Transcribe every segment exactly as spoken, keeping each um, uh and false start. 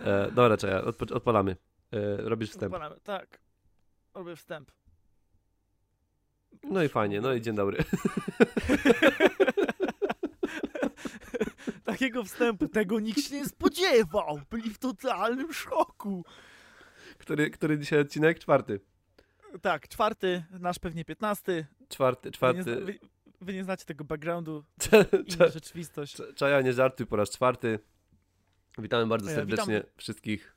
E, dobra, czekaj, odpo- odpalamy. E, robisz wstęp. Odpalamy, tak. Robię wstęp. No i fajnie, no i dzień dobry. Takiego wstępu, tego nikt się nie spodziewał. Byli w totalnym szoku. Który, który dzisiaj odcinek? Czwarty. Tak, czwarty, nasz pewnie piętnasty. Czwarty, Wy nie, czwarty. zna, wy, wy nie znacie tego backgroundu, Cze- inna cze- rzeczywistość. cze- Czaja, nie żartuj po raz czwarty. Witamy bardzo E, serdecznie witam. wszystkich.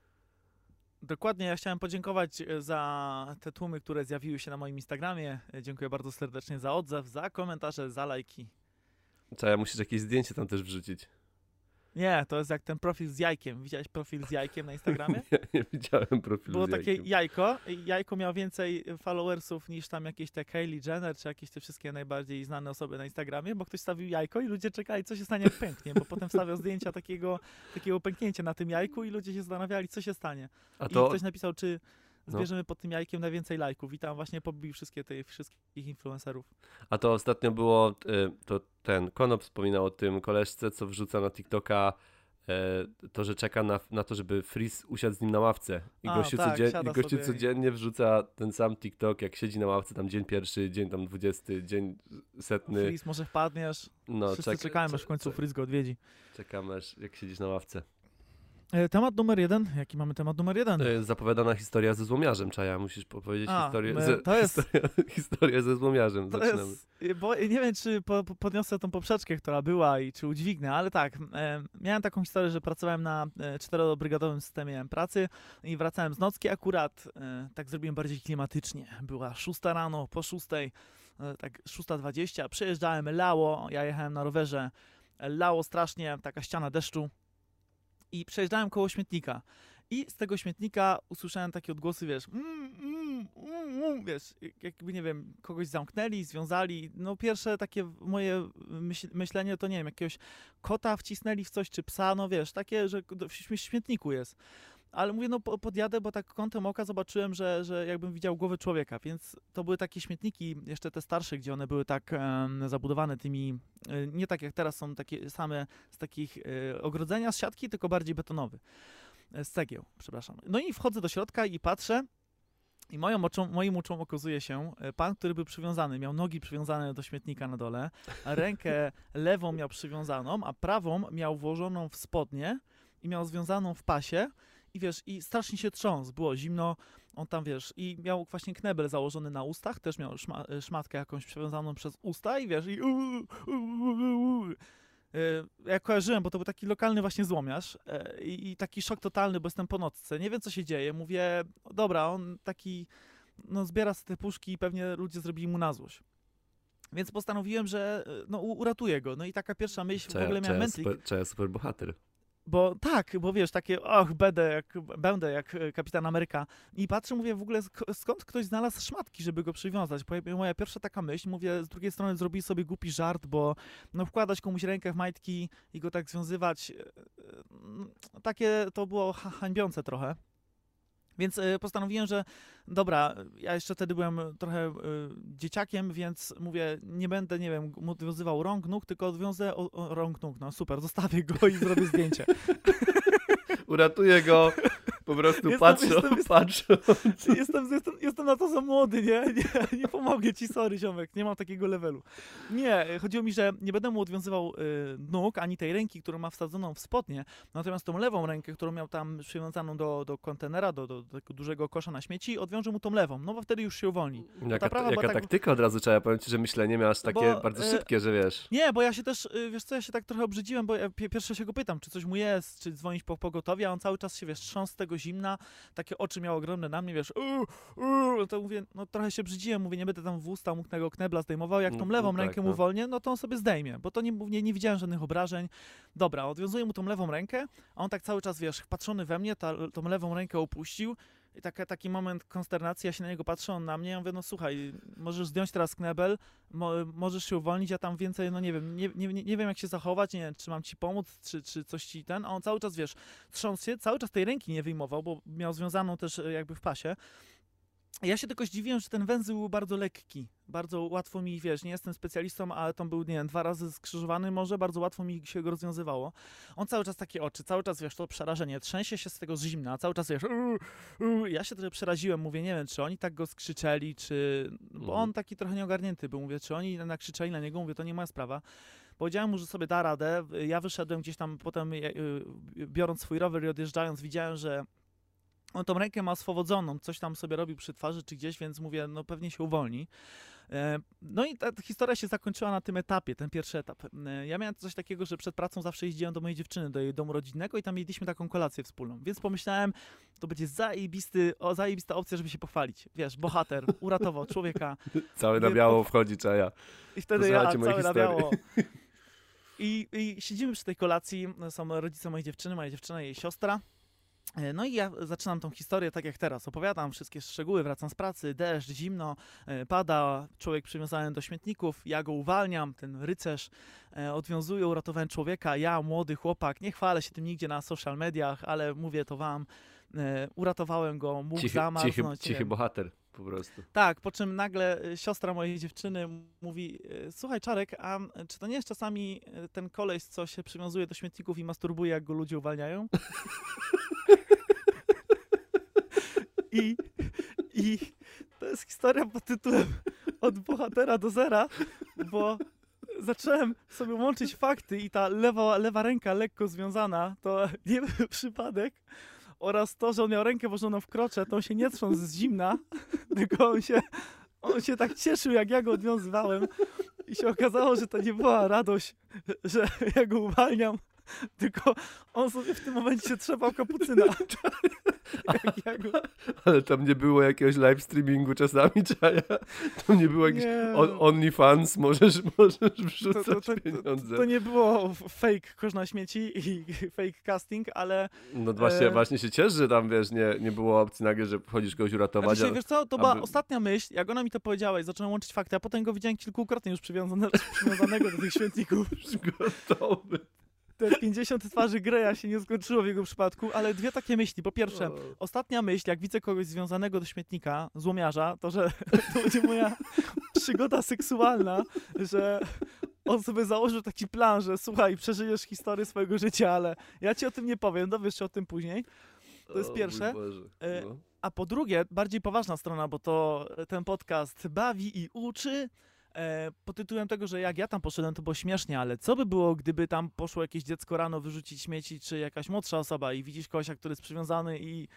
Dokładnie, ja chciałem podziękować za te tłumy, które zjawiły się na moim Instagramie. Dziękuję bardzo serdecznie za odzew, za komentarze, za lajki. Czaja, musisz jakieś zdjęcie tam też wrzucić. Nie, to jest jak ten profil z jajkiem. Widziałeś profil z jajkiem na Instagramie? Nie, nie widziałem profilu Było z takie jajkiem. jajko i jajko miało więcej followersów niż tam jakieś te Kylie Jenner, czy jakieś te wszystkie najbardziej znane osoby na Instagramie, bo ktoś stawił jajko i ludzie czekali, co się stanie, jak pęknie, bo potem wstawiał zdjęcia takiego, takiego pęknięcia na tym jajku i ludzie się zastanawiali, co się stanie. A I to, ktoś napisał, czy No. zbierzemy pod tym jajkiem najwięcej lajków i tam właśnie pobił wszystkie tych wszystkich influencerów. a to ostatnio było, y, to ten Konop wspominał o tym koleżce, co wrzuca na TikToka y, to, że czeka na, na to, żeby Freeze usiadł z nim na ławce. I A, gościu, tak, codzien- siada i gościu sobie. codziennie wrzuca ten sam TikTok, jak siedzi na ławce, tam dzień pierwszy, dzień tam dwudziesty, dzień setny. Frizz, może wpadniesz? No, Wszyscy czek- czekałem, czek- aż w końcu czek- Frizz go odwiedzi. Czekamy, aż jak siedzisz na ławce. E, temat numer jeden. Jaki mamy temat numer jeden? To jest zapowiadana historia ze złomiarzem, Czaja. Musisz powiedzieć A, historię, my- ze, to jest- historia, historię ze złomiarzem. To Zaczynamy. jest, bo nie wiem, czy po, po- podniosę tą poprzeczkę, która była i czy udźwignę, ale tak, e, miałem taką historię, że pracowałem na e, czterobrygadowym systemie pracy i wracałem z nocki akurat, e, tak zrobiłem bardziej klimatycznie. Była szósta rano, po szóstej, e, tak szósta dwadzieścia, przejeżdżałem, lało, ja jechałem na rowerze, e, lało strasznie, taka ściana deszczu i przejeżdżałem koło śmietnika. I z tego śmietnika usłyszałem takie odgłosy, wiesz, mm, mm, mm, mm, wiesz, jakby, nie wiem, kogoś zamknęli, związali. No pierwsze takie moje myśl, myślenie to, nie wiem, jakiegoś kota wcisnęli w coś, czy psa, no wiesz, takie, że w śmietniku jest. Ale mówię, no po- podjadę, bo tak kątem oka zobaczyłem, że, że jakbym widział głowę człowieka, więc to były takie śmietniki, jeszcze te starsze, gdzie one były tak em, zabudowane tymi, e, nie tak jak teraz są takie same z takich e, ogrodzenia z siatki, tylko bardziej betonowy. E, Z cegieł, przepraszam. No i wchodzę do środka i patrzę i moją oczom, moim oczom okazuje się e, pan, który był przywiązany, miał nogi przywiązane do śmietnika na dole, a rękę lewą miał przywiązaną, a prawą miał włożoną w spodnie i miał związaną w pasie i wiesz, i strasznie się trząsł, było zimno, on tam, wiesz, i miał właśnie knebel założony na ustach, też miał szma, szmatkę jakąś przewiązaną przez usta i wiesz, i uu, uu, uu, uu. Ja kojarzyłem, bo to był taki lokalny właśnie złomiarz e, i, i taki szok totalny, bo jestem po nocce, nie wiem co się dzieje, mówię, dobra, on taki, no zbiera sobie te puszki i pewnie ludzie zrobili mu na złość. Więc postanowiłem, że e, no u- uratuję go, no i taka pierwsza myśl, w ogóle miałem mętlik. super, Czaja super bohater. Bo tak, bo wiesz, takie, och, będę jak, będę jak e, Kapitan Ameryka. I patrzę, mówię, w ogóle sk- skąd ktoś znalazł szmatki, żeby go przywiązać. Bo moja pierwsza taka myśl, mówię, z drugiej strony zrobili sobie głupi żart, bo no wkładać komuś rękę w majtki i go tak związywać, e, e, takie to było ha- hańbiące trochę. Więc e, postanowiłem, że dobra, ja jeszcze wtedy byłem trochę e, dzieciakiem, więc mówię, nie będę, nie wiem, mu odwiązywał rąk, nóg, tylko odwiązę o, o, rąk, nóg. No super, zostawię go i zrobię zdjęcie. Uratuję go, po prostu Jestem- patrzą, jestem- jestem- patrzą. Jestem, jestem, jestem na to za młody, nie? nie? Nie pomogę ci, sorry ziomek, nie mam takiego levelu. Nie, chodziło mi, że nie będę mu odwiązywał y, nóg, ani tej ręki, którą ma wsadzoną w spodnie, natomiast tą lewą rękę, którą miał tam przywiązaną do, do kontenera, do, do, do takiego dużego kosza na śmieci, odwiążę mu tą lewą, no bo wtedy już się uwolni. Jaka, prawa była jaka tak- taktyka od razu, Czaja, powiem ci, że myślenie miałaś takie Bo, bardzo e, szybkie, że wiesz. Nie, bo ja się też, y, wiesz co, ja się tak trochę obrzydziłem, bo ja pi- pierwsze się go pytam, czy coś mu jest, czy dzwonić po pogotowie, a on cały czas się, wiesz, trząsł z tego zimna, takie oczy miał ogromne na mnie, wiesz, uuu, uuu, to mówię, no trochę się brzydziłem, mówię, nie będę tam w usta mu tego knebla zdejmował, jak tą Mm, lewą tak, rękę no. mu uwolnię, no to on sobie zdejmie, bo to nie, nie, nie widziałem żadnych obrażeń. Dobra, odwiązuję mu tą lewą rękę, a on tak cały czas, wiesz, patrzony we mnie, ta, tą lewą rękę opuścił i taka, taki moment konsternacji, ja się na niego patrzę, on na mnie, ja mówię, no słuchaj, możesz zdjąć teraz knebel, mo, możesz się uwolnić, ja tam więcej, no nie wiem, nie, nie, nie wiem jak się zachować, nie wiem, czy mam ci pomóc, czy, czy coś ci ten, a on cały czas, wiesz, trząsł się, cały czas tej ręki nie wyjmował, bo miał związaną też e, jakby w pasie. Ja się tylko zdziwiłem, że ten węzeł był bardzo lekki. Bardzo łatwo mi, wiesz, nie jestem specjalistą, ale to był, nie wiem, dwa razy skrzyżowany może, bardzo łatwo mi się go rozwiązywało. On cały czas takie oczy, cały czas, wiesz, to przerażenie, trzęsie się z tego z zimna, cały czas, wiesz, uu, uu. Ja się trochę przeraziłem, mówię, nie wiem, czy oni tak go skrzyczeli, czy... Bo on taki trochę nieogarnięty był, mówię, czy oni nakrzyczeli na niego, mówię, to nie moja sprawa. Powiedziałem mu, że sobie da radę, ja wyszedłem gdzieś tam potem, biorąc swój rower i odjeżdżając, widziałem, że on tą rękę ma swobodzoną, coś tam sobie robił przy twarzy czy gdzieś, więc mówię, no pewnie się uwolni. No i ta historia się zakończyła na tym etapie, ten pierwszy etap. Ja miałem coś takiego, że przed pracą zawsze jeździłem do mojej dziewczyny, do jej domu rodzinnego i tam mieliśmy taką kolację wspólną, więc pomyślałem, to będzie zajebisty, o, zajebista opcja, żeby się pochwalić. Wiesz, bohater uratował człowieka. Cały na biało wchodzi Czaja. I wtedy ja cały na biało. I, I siedzimy przy tej kolacji, są rodzice mojej dziewczyny, moja dziewczyna i jej siostra. No i ja zaczynam tą historię tak jak teraz, opowiadam wszystkie szczegóły, wracam z pracy, deszcz, zimno, pada, człowiek przywiązany do śmietników, ja go uwalniam, ten rycerz odwiązuje, uratowałem człowieka, ja, młody chłopak, nie chwalę się tym nigdzie na social mediach, ale mówię to wam, uratowałem go, mógł cichy, zamarznąć. Cichy, cichy bohater po prostu. Tak, po czym nagle siostra mojej dziewczyny mówi, słuchaj Czarek, a czy to nie jest czasami ten koleś, co się przywiązuje do śmietników i masturbuje, jak go ludzie uwalniają? I, I to jest historia pod tytułem Od bohatera do zera, bo zacząłem sobie łączyć fakty i ta lewa, lewa ręka lekko związana to nie był przypadek oraz to, że on miał rękę włożoną w krocze, to on się nie trząsł z zimna, tylko on się, on się tak cieszył, jak ja go odwiązywałem i się okazało, że to nie była radość, że ja go uwalniam, tylko on sobie w tym momencie się trzepał kapucyna. Jak ja go... Ale tam nie było jakiegoś live streamingu czasami, Czaja? Tam nie było jakiś on, OnlyFans, możesz, możesz wrzucać to, to, to, pieniądze. To, to nie było fake kosz na śmieci i fake casting, ale... No właśnie, e... właśnie się cieszę, że tam, wiesz, nie, nie było opcji nagle, że wchodzisz kogoś uratować. Znaczy, a... wiesz co, to była aby... ostatnia myśl, jak ona mi to powiedziała i zacząłem łączyć fakty, a potem go widziałem kilkukrotnie już przywiązane, przywiązanego do tych śmietników. Już gotowy. Te pięćdziesiąt twarzy Greya się nie skończyło w jego przypadku, ale dwie takie myśli. Po pierwsze, ostatnia myśl, jak widzę kogoś związanego do śmietnika, złomiarza, to że to będzie moja przygoda seksualna, że on sobie założył taki plan, że słuchaj, przeżyjesz historię swojego życia, ale ja ci o tym nie powiem, dowiesz się o tym później. To jest o, pierwsze. No. A po drugie, bardziej poważna strona, bo to ten podcast bawi i uczy, E, pod tytułem tego, że jak ja tam poszedłem, to było śmiesznie, ale co by było, gdyby tam poszło jakieś dziecko rano wyrzucić śmieci, czy jakaś młodsza osoba i widzisz kogoś, który jest przywiązany i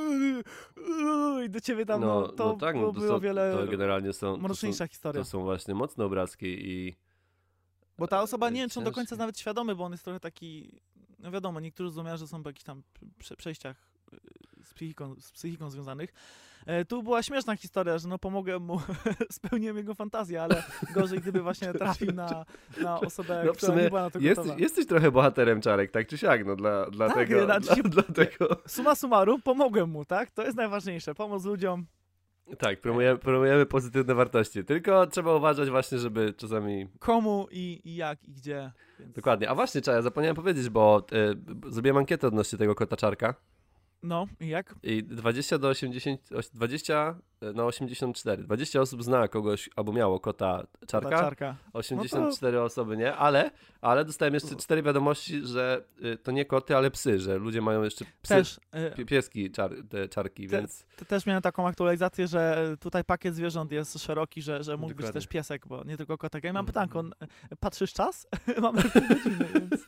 i do ciebie tam, no, no to, no tak, no, to było są, o wiele to generalnie są, mroczniejsza to są, historia. To są właśnie mocne obrazki i... Bo ta osoba, nie wiem, czy on do ciężkie. końca jest nawet świadomy, bo on jest trochę taki, no wiadomo, niektórzy złomiarze są po jakichś tam prze- przejściach z psychiką, z psychiką związanych. E, tu była śmieszna historia, że no pomogę mu, spełniłem jego fantazję, ale gorzej, gdyby właśnie trafił na, na osobę, no, która nie była na to jest, gotowa. Jesteś trochę bohaterem, Czarek, tak czy siak, no dla, dla Tak, tego, znaczy dla, się- dla tego. Summa summarum, pomogłem mu, tak? To jest najważniejsze, pomóc ludziom. Tak, promujemy, promujemy pozytywne wartości, tylko trzeba uważać właśnie, żeby czasami... Komu i, i jak i gdzie. Więc... Dokładnie, a właśnie, Czaja, zapomniałem powiedzieć, bo y, zrobiłem ankietę odnośnie tego kota Czarka. No, i jak? I dwadzieścia do osiemdziesięciu, dwadzieścia na osiemdziesiąt cztery. dwadzieścia osób zna kogoś, albo miało kota Czarka. Kota Czarka. osiemdziesiąt cztery no to... osoby nie, ale, ale dostałem jeszcze cztery wiadomości, że y, to nie koty, ale psy, że ludzie mają jeszcze psy, Też, pi- pieski, czar, te czarki, te, więc... te, też miałem taką aktualizację, że tutaj pakiet zwierząt jest szeroki, że, że mógł Dokładnie. być też piesek, bo nie tylko kotek. Ja mam Mhm. pytanko, patrzysz czas? Mamy pół godziny, więc...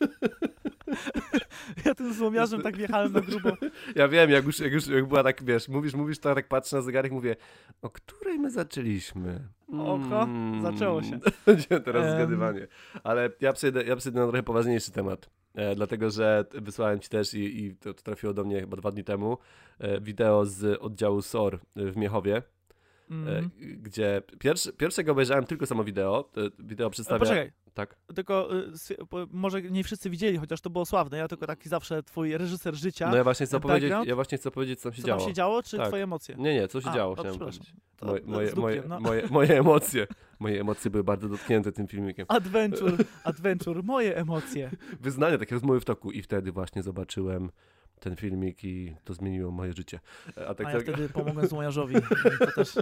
Ja tym złomiarzem tak wjechałem na grubo. Ja wiem, jak już, jak już jak była tak, wiesz, mówisz, mówisz, to tak patrzę na zegarek, mówię, o której my zaczęliśmy? Oho, zaczęło się. Będzie teraz Em. zgadywanie. Ale ja przejdę, ja przejdę na trochę poważniejszy temat, e, dlatego, że wysłałem ci też i, i to, to trafiło do mnie chyba dwa dni temu, e, wideo z oddziału S O R w Miechowie, Mm. e, gdzie pierwszy, pierwszego obejrzałem tylko samo wideo, to wideo przedstawia... Poczekaj, Tak? tylko y, swi- bo może nie wszyscy widzieli, chociaż to było sławne. Ja tylko taki zawsze twój reżyser życia. No ja właśnie chcę background? powiedzieć, ja właśnie chcę powiedzieć, co tam się Co działo. tam się działo, czy Tak. twoje emocje? Nie, nie, co się A, działo, o, chciałem przepraszam. powiedzieć. To Moje, moje, z dupkiem, moje, no. moje, moje emocje, moje emocje były bardzo dotknięte tym filmikiem. Adventure, adventure, moje emocje. Wyznanie, takie rozmowy w toku i wtedy właśnie zobaczyłem ten filmik i to zmieniło moje życie. A, tak, a ja tak... wtedy pomogłem złojarzowi. To też...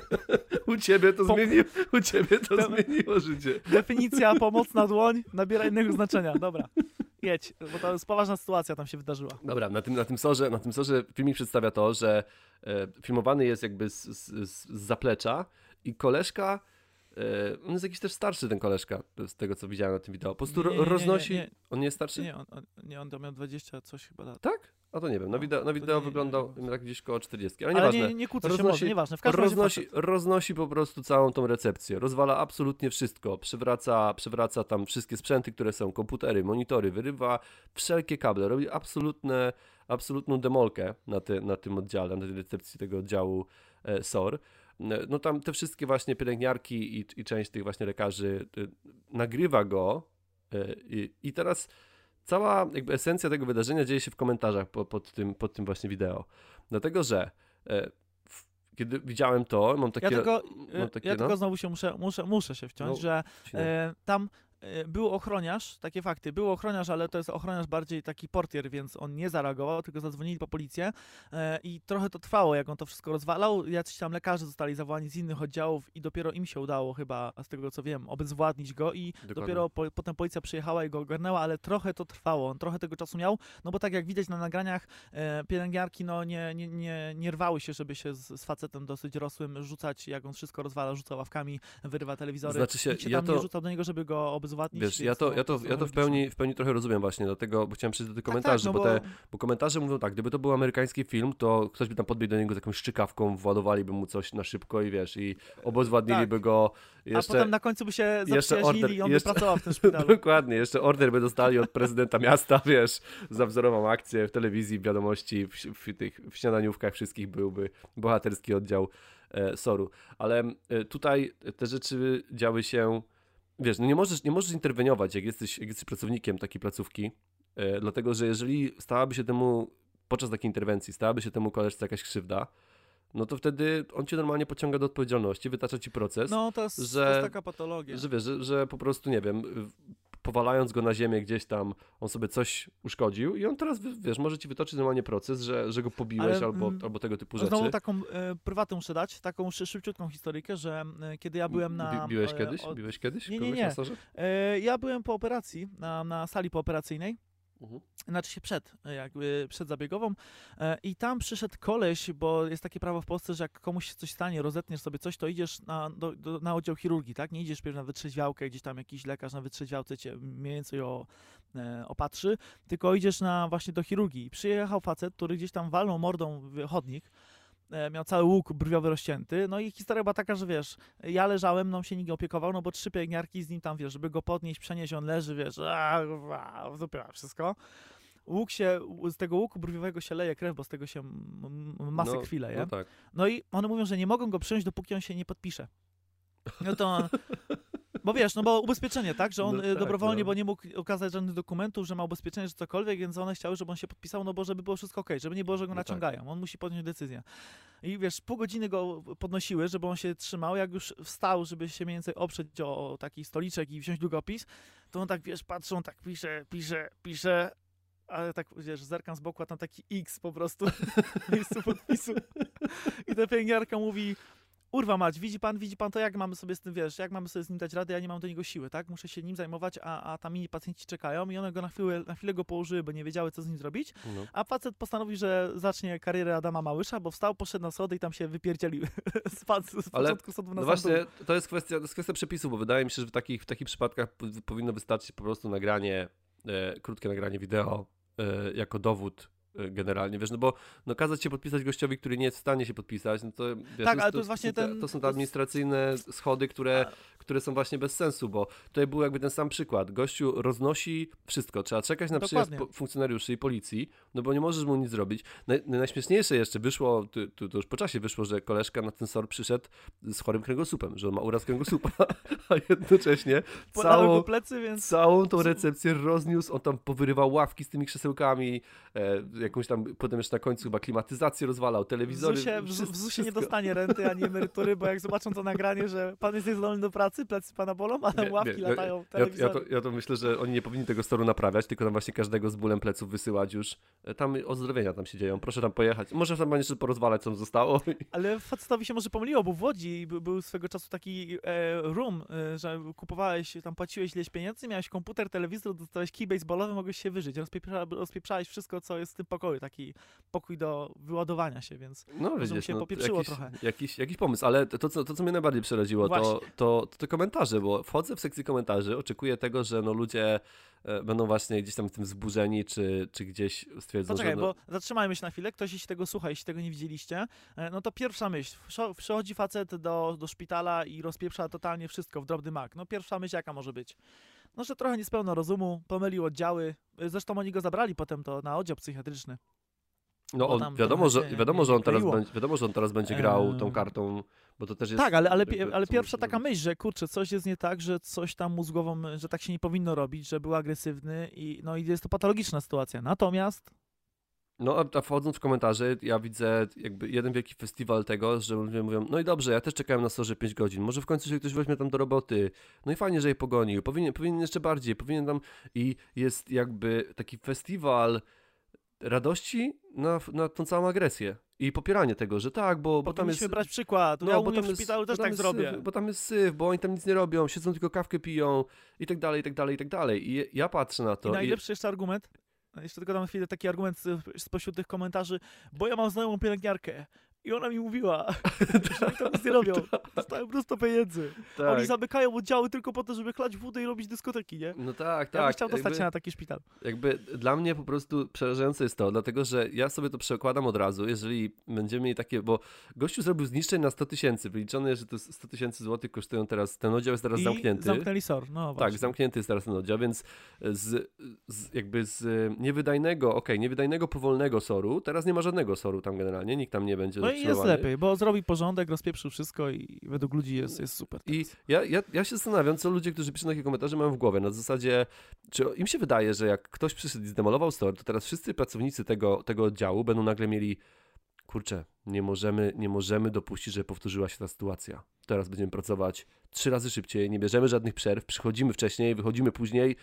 U ciebie to, Pom... zmieniło, u ciebie to Dem... zmieniło życie. Definicja pomocna dłoń nabiera innego znaczenia. Dobra, jedź, bo to jest poważna sytuacja tam się wydarzyła. Dobra, na tym, na tym sorze, na tym sorze filmik przedstawia to, że e, filmowany jest jakby z, z, z zaplecza i koleżka, e, on jest jakiś też starszy ten koleżka, z tego co widziałem na tym wideo. Po prostu nie, nie, roznosi... Nie, nie, nie. On nie jest starszy? Nie, on, on, nie, on miał dwadzieścia coś chyba lat. Tak? A to nie wiem, na wideo, na wideo nie, wyglądał nie, nie, tak gdzieś koło czterdziestki, ale, ale nieważne. nie, nie kłócę się może, nieważne. W każdym roznosi, roznosi po prostu całą tą recepcję, rozwala absolutnie wszystko, przywraca, przywraca tam wszystkie sprzęty, które są, komputery, monitory, wyrywa wszelkie kable, robi absolutne, absolutną demolkę na, te, na tym oddziale, na tej recepcji tego oddziału e, S O R. No tam te wszystkie właśnie pielęgniarki i, i część tych właśnie lekarzy y, nagrywa go y, i teraz cała jakby esencja tego wydarzenia dzieje się w komentarzach po, pod, tym, pod tym właśnie wideo. Dlatego, że e, w, kiedy widziałem to, mam takie... Ja tylko, mam takie, ja no, tylko znowu się muszę, muszę, muszę się wciąć, no, że e, tam był ochroniarz, takie fakty, był ochroniarz, ale to jest ochroniarz bardziej taki portier, więc on nie zareagował, tylko zadzwonili po policję e, i trochę to trwało, jak on to wszystko rozwalał. Jacyś tam lekarze zostali zawołani z innych oddziałów i dopiero im się udało chyba, z tego co wiem, obezwładnić go i Dokładnie. dopiero po, potem policja przyjechała i go ogarnęła, ale trochę to trwało, on trochę tego czasu miał, no bo tak jak widać na nagraniach, e, pielęgniarki no nie, nie, nie, nie rwały się, żeby się z, z facetem dosyć rosłym rzucać, jak on wszystko rozwala, rzuca ławkami, wyrywa telewizory. Znaczy się, Nikt się ja tam to... nie rzucał do niego, żeby go obezwładnić. Wiesz, ja to, ja to, ja to w, pełni, w pełni trochę rozumiem właśnie, dlatego, bo chciałem przejść do tych komentarzy, tak, tak, no bo... Bo, te, bo komentarze mówią tak, gdyby to był amerykański film, to ktoś by tam podbiegł do niego z jakąś szczykawką, władowaliby mu coś na szybko i wiesz, i obezwładniliby tak. go. Jeszcze, a potem na końcu by się zaprzyjaźnili i on jeszcze, by pracował w tym szpitalu. Dokładnie, jeszcze order by dostali od prezydenta miasta, wiesz, za wzorową akcję w telewizji, w wiadomości, w, w tych w śniadaniówkach wszystkich byłby bohaterski oddział e, S O R-u. Ale e, tutaj te rzeczy działy się... Wiesz, no nie możesz, nie możesz interweniować, jak jesteś, jak jesteś pracownikiem takiej placówki, yy, dlatego, że jeżeli stałaby się temu, podczas takiej interwencji, stałaby się temu koleżce jakaś krzywda, no to wtedy on cię normalnie pociąga do odpowiedzialności, wytacza ci proces. No to jest, że, to jest taka patologia. Że wiesz, że, że po prostu, nie wiem, powalając go na ziemię gdzieś tam, on sobie coś uszkodził i on teraz, wiesz, może ci wytoczyć normalnie proces, że, że go pobiłeś Ale, albo, albo tego typu rzeczy. Znowu taką e, prywatę muszę dać, taką szybciutką historyjkę, że e, kiedy ja byłem na... Bi, biłeś kiedyś? Od... Biłeś kiedyś? Nie, nie, nie. E, ja byłem po operacji, na, na sali pooperacyjnej. Mhm. Znaczy się przed, jakby przedzabiegową e, i tam przyszedł koleś, bo jest takie prawo w Polsce, że jak komuś się coś stanie, rozetniesz sobie coś, to idziesz na, do, do, na oddział chirurgii, tak? Nie idziesz pierw na wytrzeźwiałkę, gdzieś tam jakiś lekarz na wytrzeźwiałce cię mniej więcej o, e, opatrzy, tylko idziesz na właśnie do chirurgii. Przyjechał facet, który gdzieś tam walnął mordą w chodnik, miał cały łuk brwiowy rozcięty, no i historia była taka, że wiesz, ja leżałem, no się nikt nie opiekował, no bo trzy pielęgniarki z nim tam, wiesz, żeby go podnieść, przenieść, on leży, wiesz, a, a, w dupie wszystko. Łuk się, z tego łuku brwiowego się leje krew, bo z tego się masę no, krwi leje. No, tak. No i one mówią, że nie mogą go przyjąć, dopóki on się nie podpisze. No to... Bo wiesz, no bo ubezpieczenie, tak, że on no tak, dobrowolnie, no. bo nie mógł okazać żadnych dokumentów, że ma ubezpieczenie, że cokolwiek, więc one chciały, żeby on się podpisał, no bo żeby było wszystko okej, okay, żeby nie było, że go no naciągają. Tak. On musi podjąć decyzję. I wiesz, pół godziny go podnosiły, żeby on się trzymał, jak już wstał, żeby się mniej więcej oprzeć o, o taki stoliczek i wziąć długopis, to on tak, wiesz, patrzy, on tak pisze, pisze, pisze, ale tak, wiesz, zerkam z boku, a tam taki X po prostu w miejscu podpisu. I ta pielęgniarka mówi... Urwa mać, widzi pan, widzi pan to, jak mamy sobie z tym, wiesz, jak mamy sobie z nim dać radę, ja nie mam do niego siły, tak? Muszę się nim zajmować, a, a tam inni pacjenci czekają i one go na chwilę, na chwilę go położyły, bo nie wiedziały, co z nim zrobić, no. A facet postanowił, że zacznie karierę Adama Małysza, bo wstał, poszedł na schody i tam się wypierdzielił z, z początku sądu na no właśnie, to jest kwestia, to jest kwestia przepisu, bo wydaje mi się, że w takich, w takich przypadkach powinno wystarczyć po prostu nagranie, e, krótkie nagranie wideo e, jako dowód generalnie, wiesz, no bo no kazać się podpisać gościowi, który nie jest w stanie się podpisać, no to wiesz, tak, to, ale to jest właśnie to, ten... to są te administracyjne schody, które, które są właśnie bez sensu, bo tutaj był jakby ten sam przykład. Gościu roznosi wszystko, trzeba czekać na Dokładnie. przyjazd funkcjonariuszy i policji, no bo nie możesz mu nic zrobić. Naj, najśmieszniejsze jeszcze wyszło, to, to, to już po czasie wyszło, że koleżka na ten S O R przyszedł z chorym kręgosłupem, że on ma uraz kręgosłupa, a jednocześnie całą, plecy, więc... całą tą recepcję rozniósł, on tam powyrywał ławki z tymi krzesełkami, e, jakąś tam, potem jeszcze na końcu chyba klimatyzację rozwalał, telewizory. W ZUSie, w, wszystko, w ZUSie nie dostanie renty ani emerytury, bo jak zobaczą to nagranie, że pan jest niezdolny do pracy, plecy pana bolą, a tam Nie, ławki nie, latają, ja, telewizory. ja, to, ja to myślę, że oni nie powinni tego storu naprawiać, tylko tam właśnie każdego z bólem pleców wysyłać już. Tam ozdrowienia tam się dzieją, proszę tam pojechać. Może tam jeszcze porozwalać, co tam zostało. Ale facetowi się może pomyliło, bo w Łodzi by- był swego czasu taki e, room, e, że kupowałeś, tam płaciłeś ileś pieniędzy, miałeś komputer, telewizor, dostałeś kij baseballowy, mogłeś się wyżyć. Rozpieprza, rozpieprzałeś wszystko, co jest w tym pokoju, taki pokój do wyładowania się, więc No może mu widzisz, się no, popieprzyło jakiś, trochę. jakiś, jakiś pomysł, ale to, co, to, co mnie najbardziej przeraziło, to, Właśnie. to, to te komentarze, bo wchodzę w sekcję komentarzy, oczekuję tego, że no ludzie e, będą właśnie gdzieś tam tym wzburzeni, czy, czy gdzieś stwierdzą, Poczekaj, że... No, bo zatrzymajmy się na chwilę, ktoś jeśli tego słucha, jeśli tego nie widzieliście, e, no to pierwsza myśl, Wszo- przychodzi facet do, do szpitala i rozpieprza totalnie wszystko w drobny mak. No pierwsza myśl jaka może być? No, że trochę niespełna rozumu, pomylił oddziały, zresztą oni go zabrali potem to na oddział psychiatryczny. no bo on, tam wiadomo, trochę że, się wiadomo, nie- że on nie teraz kleiło. będzie, wiadomo, że on teraz będzie grał tą Eee. kartą, bo to też jest... Tak, ale, ale, jakby, ale co pierwsza możesz taka robić. myśl, że kurczę, coś jest nie tak, że coś tam mu z głową, że tak się nie powinno robić, że był agresywny i no i jest to patologiczna sytuacja. Natomiast No, a, a wchodząc w komentarze, ja widzę jakby jeden wielki festiwal tego, że ludzie mówią, no i dobrze, ja też czekałem na sorze pięć godzin, może w końcu się ktoś weźmie tam do roboty, no i fajnie, że jej pogonił, powinien, powinien jeszcze bardziej, powinien tam... I jest jakby taki festiwal radości na, na tą całą agresję i popieranie tego, że tak, bo, bo tam jest... powinniśmy brać przykład. Ja u mnie w szpitalu też bo tam tak jest zrobię. Syf, bo tam jest syf, bo oni tam nic nie robią, siedzą tylko kawkę piją i tak dalej, i tak dalej, i tak dalej. I ja patrzę na to I i... najlepszy jeszcze argument, jeszcze tylko dam chwilę taki argument z- spośród tych komentarzy, bo ja mam znajomą pielęgniarkę i ona mi mówiła, że oni tam nic nie robią. Dostają mnóstwo pieniędzy. tak. Oni zamykają oddziały tylko po to, żeby chlać wódę i robić dyskoteki, nie? No tak, Ja bym tak. chciał dostać jakby- się na taki szpital. Jakby dla mnie po prostu przerażające jest to, dlatego że ja sobie to przekładam od razu, jeżeli będziemy mieli takie, bo gościu zrobił zniszczeń na sto tysięcy, wyliczone, że to sto tysięcy złotych kosztują teraz, ten oddział jest teraz I zamknięty. zamknęli S O R, no właśnie. Tak, zamknięty jest teraz ten oddział, więc z, z jakby z niewydajnego, okej, niewydajnego, powolnego soru, teraz nie ma żadnego soru tam generalnie, nikt tam nie będzie No i jest zatrzymywany. lepiej, bo zrobi porządek, rozpieprzył wszystko i według ludzi jest, jest super. I teraz. ja, ja, ja się zastanawiam, co ludzie, którzy piszą takie komentarze, mają w głowie. Na zasadzie, czy im się wydaje, że jak ktoś przyszedł i zdemolował store, to teraz wszyscy pracownicy tego, tego oddziału będą nagle mieli, kurczę, nie możemy, nie możemy dopuścić, że powtórzyła się ta sytuacja. Teraz będziemy pracować trzy razy szybciej, nie bierzemy żadnych przerw, przychodzimy wcześniej, wychodzimy później,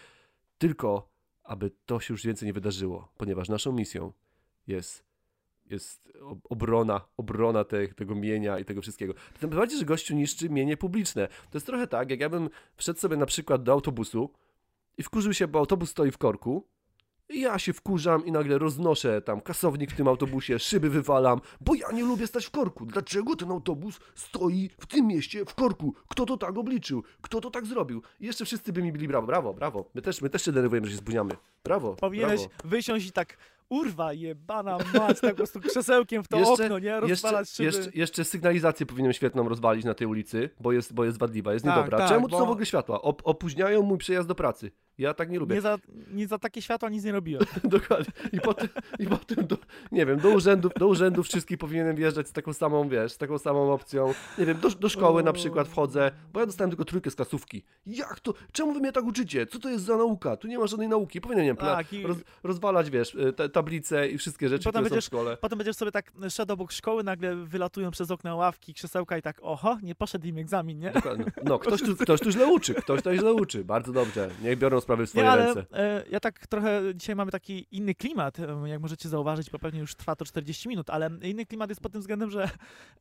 tylko aby to się już więcej nie wydarzyło, ponieważ naszą misją jest jest ob- obrona, obrona te, tego mienia i tego wszystkiego. Tym bardziej, że gościu niszczy mienie publiczne. To jest trochę tak, jak ja bym wszedł sobie na przykład do autobusu i wkurzył się, bo autobus stoi w korku i ja się wkurzam i nagle roznoszę tam kasownik w tym autobusie, szyby wywalam, bo ja nie lubię stać w korku. Dlaczego ten autobus stoi w tym mieście w korku? Kto to tak obliczył? Kto to tak zrobił? I jeszcze wszyscy by mi bili brawo, brawo, brawo. My też, my też się denerwujemy, że się spóźniamy. Brawo, Powinieneś brawo. wysiąść i tak, urwa jebana mać, tak po prostu krzesełkiem w to Jeszcze- okno, nie? Jeszcze, Rozwalać szyby. jeszcze, jeszcze sygnalizację powinienem świetną rozwalić na tej ulicy, bo jest, bo jest wadliwa, jest Tak, niedobra. tak, Czemu to bo- są w ogóle światła? Op- opóźniają mój przejazd do pracy. Ja tak nie lubię. Nie za, nie za takie światła nic nie robiłem. Dokładnie. I potem, i potem do, nie wiem, do urzędów, do urzędów wszystkich powinienem wjeżdżać z taką samą, wiesz, z taką samą opcją. Nie wiem, do, do szkoły na przykład wchodzę, bo ja dostałem tylko trójkę z klasówki. Jak to? Czemu wy mnie tak uczycie? Co to jest za nauka? Tu nie ma żadnej nauki. Powinienem, nie wiem, pla- Tak, i- roz, rozwalać, wiesz, te tablice i wszystkie rzeczy, Potem które będziesz- są w szkole. Potem będziesz sobie tak szedł obok szkoły, nagle wylatują przez okna ławki, krzesełka i tak, oho, nie poszedł im egzamin, nie? Dokładnie. No, ktoś tu, ktoś tu źle uczy, ktoś tu źle uczy. Bardzo dobrze. Niech biorą sprawy w swoje Nie, ale ręce. e, ja tak trochę, dzisiaj mamy taki inny klimat, e, jak możecie zauważyć, bo pewnie już trwa to czterdzieści minut, ale inny klimat jest pod tym względem, że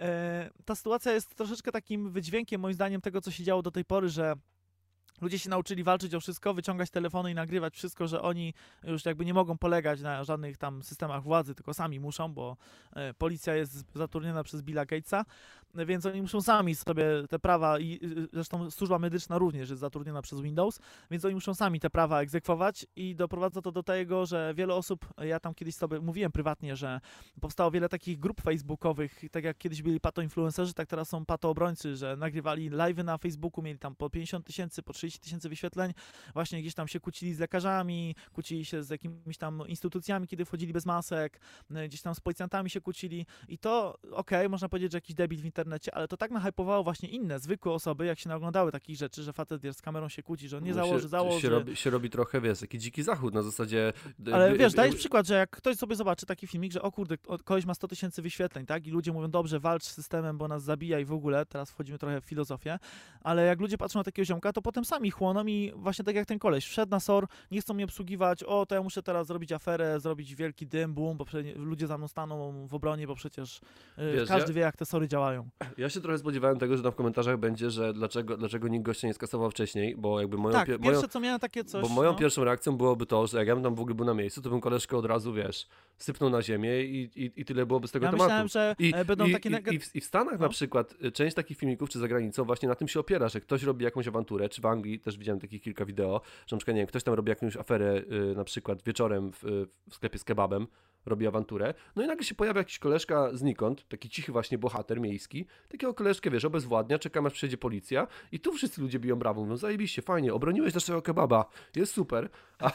e, ta sytuacja jest troszeczkę takim wydźwiękiem, moim zdaniem, tego, co się działo do tej pory, że ludzie się nauczyli walczyć o wszystko, wyciągać telefony i nagrywać wszystko, że oni już jakby nie mogą polegać na żadnych tam systemach władzy, tylko sami muszą, bo e, policja jest zatrudniona przez Billa Gatesa, e, więc oni muszą sami sobie te prawa i y, zresztą służba medyczna również jest zatrudniona przez Windows, więc oni muszą sami te prawa egzekwować i doprowadza to do tego, że wiele osób, ja tam kiedyś sobie mówiłem prywatnie, że powstało wiele takich grup facebookowych, tak jak kiedyś byli pato-influencerzy, tak teraz są pato-obrońcy, że nagrywali live'y na Facebooku, mieli tam po pięćdziesiąt tysięcy, po trzydzieści trzydzieści tysięcy wyświetleń, właśnie gdzieś tam się kłócili z lekarzami, kłócili się z jakimiś tam instytucjami, kiedy wchodzili bez masek, gdzieś tam z policjantami się kłócili i to, okej, okay, można powiedzieć, że jakiś debil w internecie, ale to tak nahypowało właśnie inne, zwykłe osoby, jak się naoglądały takich rzeczy, że facet, wiesz, z kamerą się kłóci, że on nie No założy, się, założy. Się robi, się robi trochę, wiesz, taki dziki zachód na zasadzie... Ale wiesz, dajesz przykład, że jak ktoś sobie zobaczy taki filmik, że o kurde, koleś ma sto tysięcy wyświetleń, tak? I ludzie mówią, dobrze, walcz z systemem, bo nas zabija i w ogóle, teraz wchodzimy trochę w filozofię, ale jak ludzie patrzą na takiego ziomka, to potem sami chłoną i właśnie tak jak ten koleś, wszedł na S O R, nie chcą mnie obsługiwać, o, to ja muszę teraz zrobić aferę, zrobić wielki dym, boom, bo ludzie za mną staną w obronie, bo przecież wiesz, każdy ja, wie, jak te sory działają. Ja się trochę spodziewałem tego, że tam w komentarzach będzie, że dlaczego, dlaczego nikt gościa nie skasował wcześniej, bo jakby moją... Tak, pie- pierwsze moją, co miałem takie coś... Bo moją no. pierwszą reakcją byłoby to, że jak ja bym tam w ogóle był na miejscu, to bym koleżkę od razu, wiesz, sypnął na ziemię i, i, i tyle byłoby z tego ja tematu. Myślałem, że I, będą i, takie... I, i, w, I w Stanach no. na przykład część takich filmików, czy za granicą właśnie na tym się opiera, że ktoś robi jakąś awanturę, czy w Anglii też widziałem takich kilka wideo, że na przykład, nie wiem, ktoś tam robi jakąś aferę y, na przykład wieczorem w, w sklepie z kebabem, robi awanturę, no i nagle się pojawia jakiś koleżka znikąd, taki cichy właśnie bohater miejski, takiego koleżkę, wiesz, obezwładnia, czekam aż przyjdzie policja i tu wszyscy ludzie biją brawo, mówią, zajebiście, fajnie, obroniłeś naszego kebaba, jest super. A...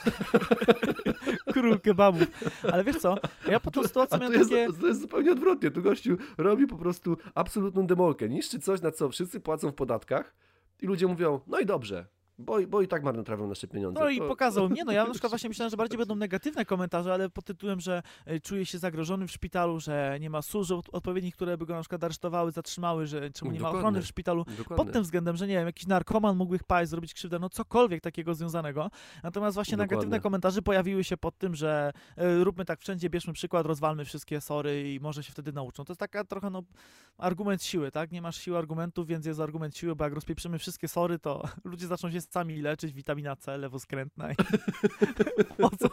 Król kebabów. Ale wiesz co, ja po tą sytuację miałem jest, takie... To jest zupełnie odwrotnie, tu gościu robi po prostu absolutną demolkę, niszczy coś, na co wszyscy płacą w podatkach i ludzie mówią, no i dobrze. Bo, bo i tak marnotrawią nasze pieniądze. No i to... pokazał mnie, no ja na przykład właśnie myślałem, że bardziej będą negatywne komentarze, ale pod tytułem, że czuje się zagrożony w szpitalu, że nie ma służb odpowiednich, które by go na przykład aresztowały, zatrzymały, że czemu nie Dokładnie. ma ochrony w szpitalu. Dokładnie. Pod tym względem, że nie wiem, jakiś narkoman mógłby paść, zrobić krzywdę, no cokolwiek takiego związanego. Natomiast właśnie Dokładnie. negatywne komentarze pojawiły się pod tym, że y, róbmy tak wszędzie, bierzmy przykład, rozwalmy wszystkie sory i może się wtedy nauczą. To jest taka trochę no argument siły, tak? Nie masz siły argumentów, więc jest argument siły, bo jak rozpieprzymy wszystkie sory, to ludzie zaczną się sami leczyć, witamina C, lewoskrętna i po co?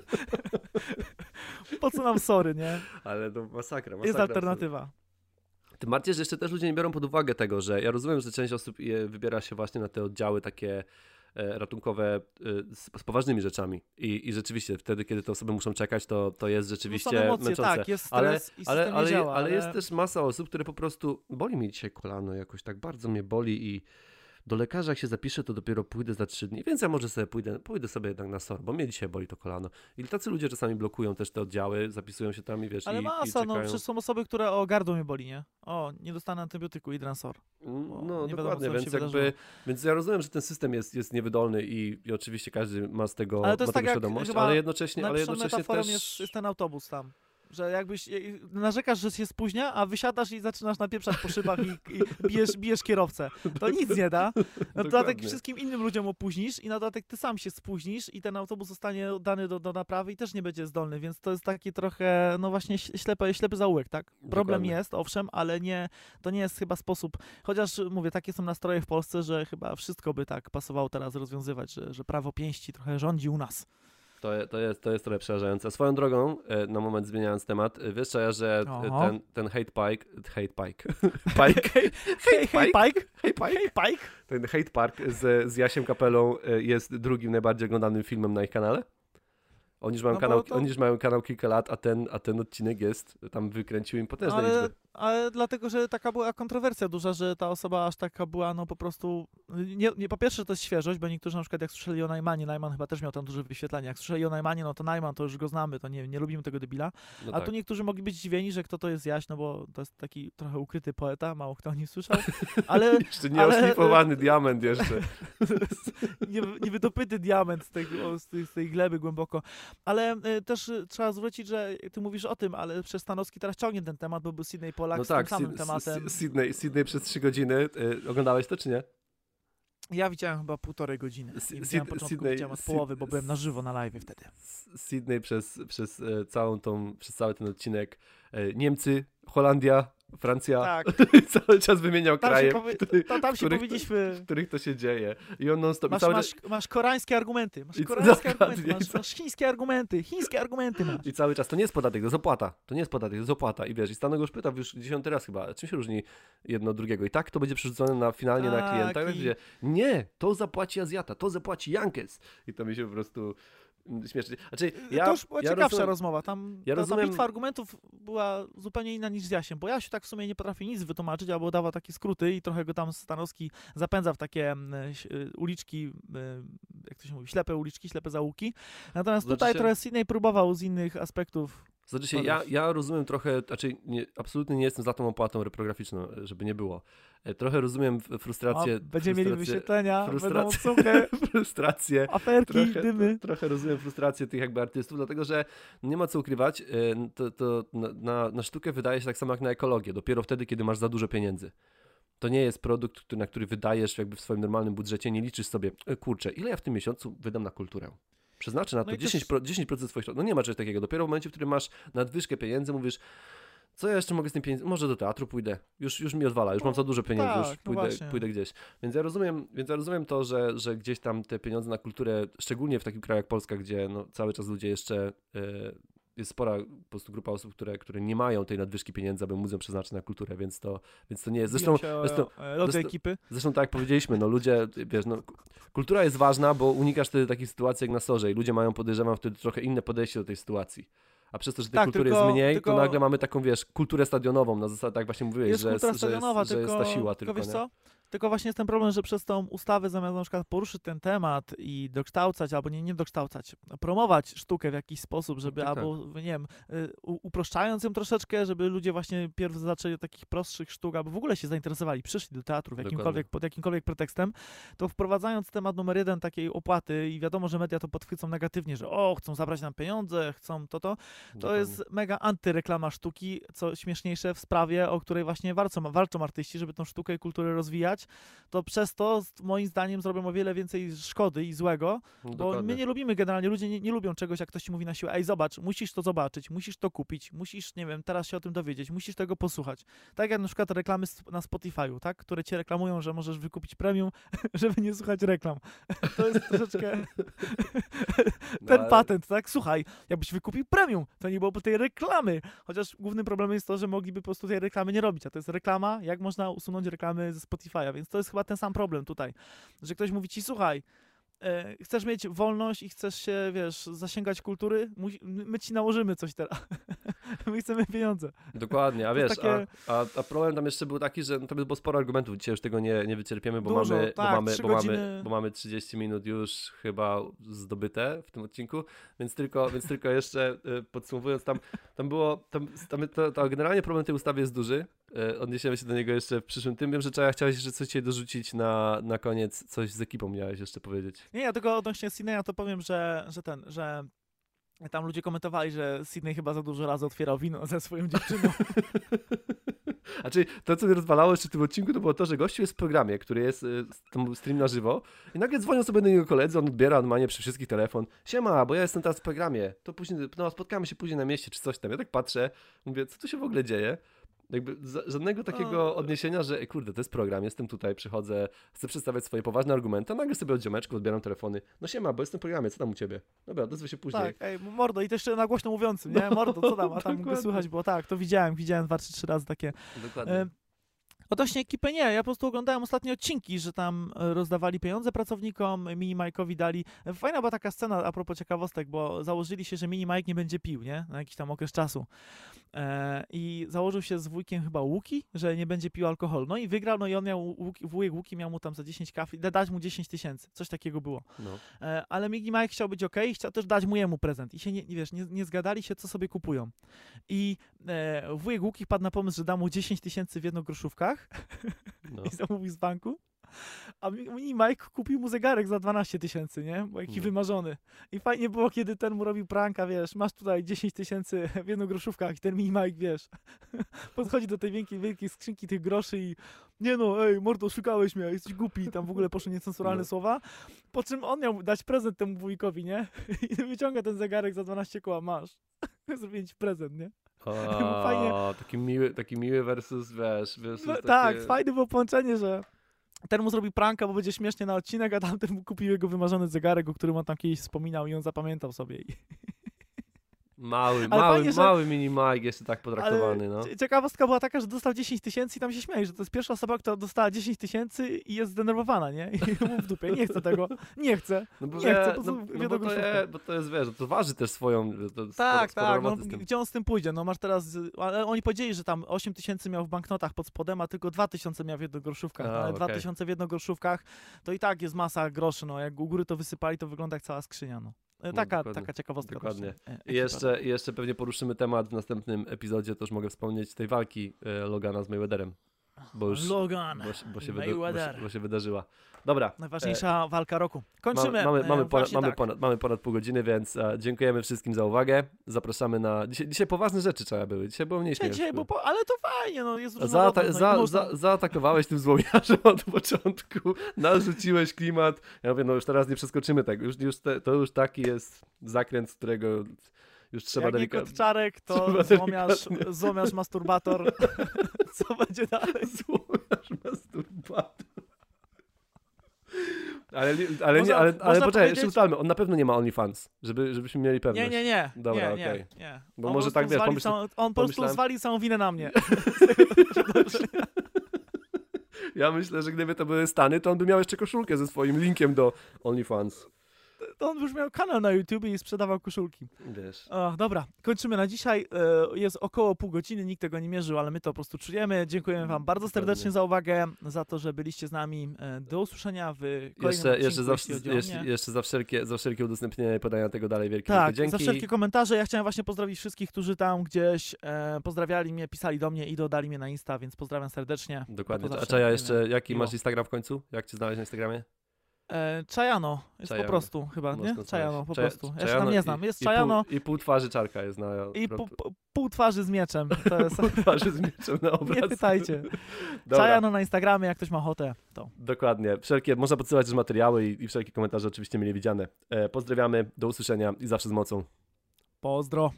Po co nam sory, nie? Ale to masakra, masakra. Jest alternatywa. Tym bardziej, że jeszcze też ludzie nie biorą pod uwagę tego, że ja rozumiem, że część osób wybiera się właśnie na te oddziały takie ratunkowe z, z poważnymi rzeczami I, i rzeczywiście wtedy, kiedy te osoby muszą czekać, to, to jest rzeczywiście emocje, męczące. tak, jest ale, stres i ale, ale, działa, ale ale jest też masa osób, które po prostu boli mi dzisiaj kolano jakoś, tak bardzo mnie boli i do lekarza jak się zapiszę, to dopiero pójdę za trzy dni, więc ja może sobie pójdę, pójdę sobie jednak na S O R, bo mnie dzisiaj boli to kolano. I tacy ludzie czasami blokują też te oddziały, zapisują się tam i wiesz, ale i, masa, i czekają. no przecież są osoby, które o gardło mnie boli, nie? O, nie dostanę antybiotyku, idę na S O R. No dokładnie, więc jakby, więc ja rozumiem, że ten system jest, jest niewydolny i, i oczywiście każdy ma z tego, ale to jest ma tak tego świadomość, ale jednocześnie, ale jednocześnie też... Jest, jest ten autobus tam. Że jakbyś narzekasz, że się spóźnia, a wysiadasz i zaczynasz napieprzać po szybach i, i bijesz, bijesz kierowcę. To nic nie da. Na dodatek wszystkim innym ludziom opóźnisz i na dodatek ty sam się spóźnisz i ten autobus zostanie oddany do, do naprawy i też nie będzie zdolny, więc to jest taki trochę, no właśnie ślepy, ślepy zaułek, tak? Problem Dokładnie. jest, owszem, ale nie, to nie jest chyba sposób, chociaż mówię, takie są nastroje w Polsce, że chyba wszystko by tak pasowało teraz rozwiązywać, że, że prawo pięści trochę rządzi u nas. To, to, jest, to jest trochę przerażające. Swoją drogą, na moment zmieniając temat, wiesz co, że ten, ten hate pike, hate pike, pike, hate pike, hate pike, pike, ten hate park z, z Jasiem Kapelą jest drugim najbardziej oglądanym filmem na ich kanale. Oni już mają, no kanał, to... oni już mają kanał kilka lat, a ten, a ten odcinek jest, tam wykręcił im potężne ale, liczby. Ale dlatego, że taka była kontrowersja duża, że ta osoba aż taka była, no po prostu, nie, nie po pierwsze to jest świeżość, bo niektórzy na przykład jak słyszeli o Najmanie, Najman chyba też miał tam duże wyświetlenie, jak słyszeli o Najmanie, no to Najman, to już go znamy, to nie, nie lubimy tego debila, no a tak. Tu niektórzy mogli być zdziwieni, że kto to jest Jaś, no bo to jest taki trochę ukryty poeta, mało kto o nim słyszał, ale... jeszcze nieoszlifowany diament jeszcze. Niewydopyty diament z tej, z, tej, z tej gleby głęboko. Ale y, też y, trzeba zwrócić, że ty mówisz o tym, ale przez Stanowski teraz ciągnie ten temat, bo był Sydney Polak no z tak, tym samym tematem. Sydney, Sydney przez trzy godziny. Y, oglądałeś to, czy nie? Ja widziałem chyba półtorej godziny. Nie widziałem początku, Sydney, widziałem od połowy, bo byłem na żywo na live wtedy. Sydney przez, przez całą tą, przez cały ten odcinek. Niemcy, Holandia, Francja, tak. cały czas wymieniał tam kraje, powie... który, to, tam w, których powiedzieliśmy... to, w których to się dzieje. I on non stop... Masz, cały... masz, masz koreańskie argumenty, masz I, koreańskie argumenty, masz, masz chińskie argumenty, chińskie argumenty masz. I cały czas, to nie jest podatek, to jest opłata, to nie jest podatek, to jest opłata. I wiesz, i Stanego już pyta już dziesiąty raz chyba, czym się różni jedno od drugiego. I tak to będzie przerzucone na, finalnie tak, na klienta. I tak będzie, nie, to zapłaci Azjata, to zapłaci Jankes. I to mi się po prostu... śmiesznie. Znaczy, ja, to już była ja ciekawsza rozumiem, rozmowa. Tam, ja ta, rozumiem, ta bitwa argumentów była zupełnie inna niż z Jasiem, bo Jasiu tak w sumie nie potrafi nic wytłumaczyć, albo dawał takie skróty i trochę go tam Stanowski zapędza w takie uliczki, jak to się mówi, ślepe uliczki, ślepe zaułki. Natomiast Znaczy tutaj się... trochę Sydney próbował z innych aspektów. Znaczy się, ja, ja rozumiem trochę, znaczy nie, absolutnie nie jestem za tą opłatą reprograficzną, żeby nie było. Trochę rozumiem frustrację. O, będziemy mieli wyświetlenia, frustrację, będą frustrację, aferki, trochę, dymy. To, trochę rozumiem frustrację tych jakby artystów, dlatego że nie ma co ukrywać, to, to na, na sztukę wydaje się tak samo jak na ekologię, dopiero wtedy, kiedy masz za dużo pieniędzy. To nie jest produkt, który, na który wydajesz jakby w swoim normalnym budżecie, nie liczysz sobie, kurczę, ile ja w tym miesiącu wydam na kulturę. Przeznaczę na to no dziesięć procent, też... dziesięć procent swoich... No nie ma czegoś takiego. Dopiero w momencie, w którym masz nadwyżkę pieniędzy, mówisz, co ja jeszcze mogę z tym pieniędzmi? Może do teatru pójdę. Już, już mi odwala, już mam za dużo pieniędzy, tak, już pójdę, no pójdę gdzieś. Więc ja rozumiem, więc ja rozumiem to, że, że gdzieś tam te pieniądze na kulturę, szczególnie w takim kraju jak Polska, gdzie no, cały czas ludzie jeszcze... Yy, jest spora po prostu grupa osób, które, które nie mają tej nadwyżki pieniędzy, aby móc ją przeznaczyć na kulturę, więc to, więc to nie jest. Zresztą, zresztą, zresztą, ekipy. zresztą tak jak powiedzieliśmy, no ludzie, wiesz, no, kultura jest ważna, bo unikasz wtedy takich sytuacji jak na Sorze i ludzie mają, podejrzewam, wtedy trochę inne podejście do tej sytuacji. A przez to, że tej tak, kultury tylko, jest mniej, tylko... to nagle mamy taką, wiesz, kulturę stadionową, na zasadzie, tak właśnie mówiłeś, jest że, jest, że, jest, tylko, że jest ta siła tylko, tylko, wiesz nie? co? Tylko właśnie jest ten problem, że przez tą ustawę zamiast na przykład poruszyć ten temat i dokształcać, albo nie, nie dokształcać, promować sztukę w jakiś sposób, żeby, tak, albo nie wiem, uproszczając ją troszeczkę, żeby ludzie właśnie pierw zaczęli od takich prostszych sztuk, albo w ogóle się zainteresowali, przyszli do teatru w jakimkolwiek, pod jakimkolwiek pretekstem, to wprowadzając temat numer jeden takiej opłaty i wiadomo, że media to podchwycą negatywnie, że o, chcą zabrać nam pieniądze, chcą to, to, to Dokładnie. jest mega antyreklama sztuki, co śmieszniejsze w sprawie, o której właśnie walczą, walczą artyści, żeby tą sztukę i kulturę rozwijać, to przez to moim zdaniem zrobią o wiele więcej szkody i złego, No, bo dokładnie. my nie lubimy generalnie, ludzie nie, nie lubią czegoś, jak ktoś ci mówi na siłę, ej zobacz, musisz to zobaczyć, musisz to kupić, musisz, nie wiem, teraz się o tym dowiedzieć, musisz tego posłuchać. Tak jak na przykład reklamy na Spotify'u, tak, które cię reklamują, że możesz wykupić premium, żeby nie słuchać reklam. To jest troszeczkę ten no, ale... patent, tak? Słuchaj, jakbyś wykupił premium, to nie byłoby tej reklamy, chociaż głównym problemem jest to, że mogliby po prostu tej reklamy nie robić, a to jest reklama, jak można usunąć reklamy ze Spotify'a, więc to jest chyba ten sam problem tutaj, że ktoś mówi ci, słuchaj, e, chcesz mieć wolność i chcesz się, wiesz, zasięgać kultury, Musi, my ci nałożymy coś teraz, my chcemy pieniądze. Dokładnie, a wiesz, takie... a, a, a problem tam jeszcze był taki, że no, tam było sporo argumentów, dzisiaj już tego nie, nie wyczerpiemy, bo, Dużo, mamy, tak, bo, mamy, bo, godziny... mamy, bo mamy trzydzieści minut już chyba zdobyte w tym odcinku, więc tylko, więc tylko jeszcze podsumowując, tam, tam było, tam, tam to, to generalnie problem tej ustawy jest duży, odniesiemy się do niego jeszcze w przyszłym tym. Wiem, że trzeba, chciałeś jeszcze coś dzisiaj dorzucić na, na koniec, coś z ekipą miałeś jeszcze powiedzieć. Nie, ja tylko odnośnie Sydneya to powiem, że, że ten, że tam ludzie komentowali, że Sydney chyba za dużo razy otwierał wino ze swoją dziewczyną. A czyli to, co mnie rozwalało jeszcze w tym odcinku, to było to, że gościu jest w programie, który jest tam stream na żywo i nagle dzwonią sobie do niego koledzy, on odbiera, on ma nie przy wszystkich telefon. Siema, bo ja jestem teraz w programie, to później, no spotkamy się później na mieście, czy coś tam. Ja tak patrzę, mówię, co tu się w ogóle dzieje? Jakby żadnego takiego odniesienia, że kurde, to jest program, jestem tutaj, przychodzę, chcę przedstawiać swoje poważne argumenty, a nagle sobie od ziomeczku odbieram telefony. No siema, bo jestem w programie, co tam u ciebie? Dobra, odezwę się później. Tak, ej, mordo, i też jeszcze na głośno mówiącym, nie? Mordo, co tam? A tam go słychać było, tak, to widziałem, widziałem dwa, trzy, trzy razy takie. Dokładnie. E, Odnośnie ekipy nie, ja po prostu oglądałem ostatnie odcinki, że tam rozdawali pieniądze pracownikom, Mini Mike'owi dali. Fajna była taka scena a propos ciekawostek, bo założyli się, że Mini Mike nie będzie pił, nie? Na jakiś tam okres czasu. E, I założył się z wujkiem chyba Łuki, że nie będzie pił alkoholu. No i wygrał, no i on miał, Łuki, wujek Łuki miał mu tam za dziesięć kafli, dać mu dziesięć tysięcy, coś takiego było. No. E, ale Mini Mike chciał być okej, okay, chciał też dać mu jemu prezent i się nie, wiesz, nie, nie zgadali się, co sobie kupują. I e, wujek Łuki padł na pomysł, że da mu dziesięć tysięcy w jednogroszówkach. No. I zamówił z banku, a Mini Mike kupił mu zegarek za dwanaście tysięcy, nie? Bo jaki no. wymarzony. I fajnie było, kiedy ten mu robił pranka, wiesz, masz tutaj dziesięć tysięcy w jednogroszówkach i ten Mini Mike, wiesz, podchodzi do tej wielkiej, wielkiej skrzynki tych groszy i nie no, ej, mordo, szukałeś mnie, jesteś głupi, tam w ogóle poszły niecenzuralne no. słowa, po czym on miał dać prezent temu wujkowi, nie? I wyciąga ten zegarek za dwanaście koła, masz. Zrobię ci prezent, nie? O, fajnie. Taki miły, taki miły versus, wiesz, versus no, takie... Tak, fajne było połączenie, że ten mu zrobił pranka, bo będzie śmiesznie na odcinek, a tamten mu kupił jego wymarzony zegarek, o którym on tam kiedyś wspominał i on zapamiętał sobie. Mały, Ale mały, fajnie, że- mały mini Mike jeszcze tak potraktowany, no. cie- Ciekawostka była taka, że dostał dziesięć tysięcy i tam się śmiali, że to jest pierwsza osoba, która dostała dziesięć tysięcy i jest zdenerwowana, nie? I mu w dupie, nie chcę tego, nie chcę. No bo, Nie wie, chcę, to no, są no bo, to wiadomościówki. jest, bo to jest, wiesz, to waży też swoją, to sporo, Tak, sporo tak, no, roboty z tym. gdzie on z tym pójdzie? No masz teraz, ale oni powiedzieli, że tam osiem tysięcy miał w banknotach pod spodem, a tylko dwa tysiące miał w jednogroszówkach, no, A, ale dwa okej. tysiące w jednogroszówkach to i tak jest masa groszy, no jak u góry to wysypali, to wygląda jak cała skrzynia, no. E, Taka, dokładnie, taka ciekawostka. dokładnie. właśnie, e, I ekipa. jeszcze, i jeszcze pewnie poruszymy temat w następnym epizodzie, to już mogę wspomnieć tej walki e, Logana z Mayweatherem, bo już Logan, bo, się- bo, się wyda, bo, się, Mayweather. bo się wydarzyła. Dobra, Najważniejsza walka roku. Kończymy. Mamy, mamy, e, mamy, ponad, właśnie mamy, tak. ponad, mamy ponad pół godziny, więc e, dziękujemy wszystkim za uwagę. Zapraszamy na... Dzisiaj, dzisiaj poważne rzeczy trzeba były. Dzisiaj było mniej Dzisiaj, śmieszne. dzisiaj, bo po, ale to fajnie, no jest Zaata- różnorodność, no i za, można- za, zaatakowałeś tym złomiarzem od początku, narzuciłeś klimat. Ja mówię, no już teraz nie przeskoczymy tego. Już, już te, to już taki jest zakręt, z którego już trzeba Jak nie delikatnie... kotczarek, to trzeba złomiarz, delikatnie- złomiarz masturbator. Co będzie dalej? Złomiarz masturbator. Ale, li- ale, Można- nie, ale, ale można poczekaj, powiedzieć- jeszcze ustalmy, on na pewno nie ma OnlyFans, żeby, żebyśmy mieli pewność. Nie, nie, nie. Dobra, nie, okej. nie, nie. Bo On może po tak, prostu wiesz, zwali pomyśl- całą, On po prostu pomyślałem- zwali całą winę na mnie. Ja myślę, że gdyby to były Stany, to on by miał jeszcze koszulkę ze swoim linkiem do OnlyFans. To on już miał kanał na YouTube i sprzedawał koszulki. Wiesz. O, dobra, kończymy na dzisiaj. E, Jest około pół godziny, nikt tego nie mierzył, ale my to po prostu czujemy. Dziękujemy wam bardzo serdecznie Dokładnie. za uwagę, za to, że byliście z nami. E, Do usłyszenia w kolejnym Jeszcze, odcinku, jeszcze, za, jeśli chodzi o jeszcze, mnie. jeszcze za, wszelkie, za wszelkie udostępnienie i podania tego dalej wielkie, Tak, wielkie dzięki. za wszelkie komentarze. Ja chciałem właśnie pozdrowić wszystkich, którzy tam gdzieś e, pozdrawiali mnie, pisali do mnie i dodali mnie na Insta, więc pozdrawiam serdecznie. Dokładnie. To A zawsze Czaja, miłe. jeszcze jaki Miło. masz Instagram w końcu? Jak cię znaleźć na Instagramie? E, Czajano, jest Czajano. po prostu chyba, nie? Mocno Czajano, po Czaja- prostu. Ja się Czajano tam nie i- znam. Jest i Czajano Pół, I pół twarzy Czarka jest na... i pół, pół, pół twarzy z mieczem. To jest... Pół twarzy z mieczem na obraz. Nie pytajcie. Dobra, Czajano na Instagramie, jak ktoś ma ochotę, to. dokładnie. Wszelkie, można podsyłać też materiały i, i wszelkie komentarze oczywiście mile widziane. E, pozdrawiamy, do usłyszenia i zawsze z mocą. Pozdro.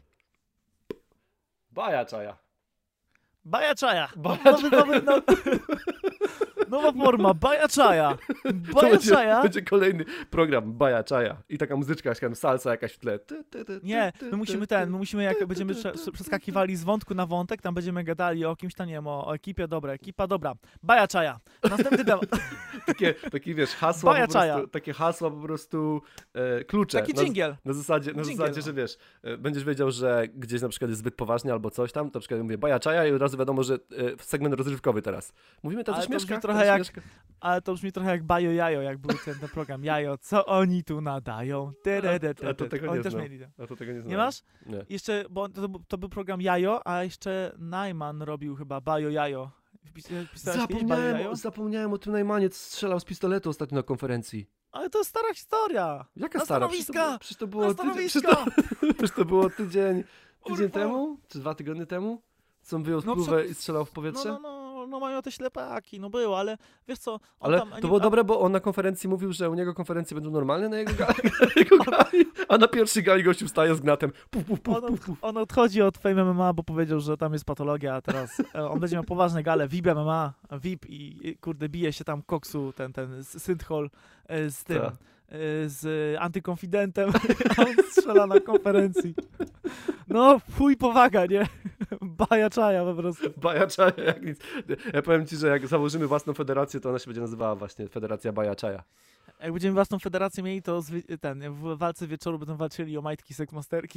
Baja Czaja. Baja Czaja. Baja Nowy, nowy, no... Nowa forma, Baja Czaja. To Baja będzie, Czaja. będzie kolejny program Baja Czaja i taka muzyczka, jakaś tam salsa jakaś w tle. Ty, ty, ty, Nie, ty, my ty, musimy ty, ten, ty. my musimy jak będziemy prze- przeskakiwali z wątku na wątek, tam będziemy gadali o kimś tam, nie wiem, o, o ekipie, dobra, ekipa, dobra. Baja Czaja. Następny temat. Takie, takie wiesz, hasła Baja po prostu, Czaja. takie hasła po prostu e, klucze. Taki na, dżingiel. na zasadzie, na Dżingiel, zasadzie, no. że wiesz, e, będziesz wiedział, że gdzieś na przykład jest zbyt poważnie albo coś tam, to na przykład mówię Baja Czaja i od razu wiadomo, że e, segment rozrywkowy teraz. Mówimy to Ale coś to mieszka? brzmi trochę Coś jak- mieszka? Ale to brzmi trochę jak Bajo Jajo, jak był ten, ten program Jajo. Co oni tu nadają? Tyre, ty, ty, A to ty. tego Oni nie też znam. mieli. to. A to tego nie znam. Nie masz? Nie. Jeszcze, bo to, był- to był program Jajo, a jeszcze Najman robił chyba Bajo Jajo. Wpis- wpisałeś kiedyś Bajo Zapomniałem, Jajo? o- zapomniałem o tym Najmanie, co strzelał z pistoletu ostatnio na konferencji. Ale to stara historia. Jaka Na stara? Przecież to, było- stanowiska! przecież to było Na tydzień, przecież stanowiska! to, przecież to było tydzień, tydzień Kurwa. temu? Czy dwa tygodnie temu? Co on wyjął No spluwę przed- i strzelał w No, powietrze? no, no, no mają te ślepaki, no było, ale wiesz co, on Ale tam... to nie- było a- dobre, bo on na konferencji mówił, że u niego konferencje będą normalne na jego gali, na jego gali a na pierwszej gali gościu wstaje z gnatem. Puf, puf, puf, On, puf, puf. on odchodzi od Fame M M A, bo powiedział, że tam jest patologia, a teraz e, on będzie miał poważne gale, V I P M M A, V I P i, i kurde bije się tam koksu, ten, ten Synthol e, z tym, Ta. e, z antykonfidentem, a on strzela na konferencji. No, fuj, powaga, nie? Baja czaja po prostu. Baja Czaja, jak nic. Ja powiem ci, że jak założymy własną federację, to ona się będzie nazywała właśnie Federacja Baja Czaja. Jak będziemy własną federację mieli, to zwy- ten, w walce wieczoru będą walczyli o majtki Seksmasterki.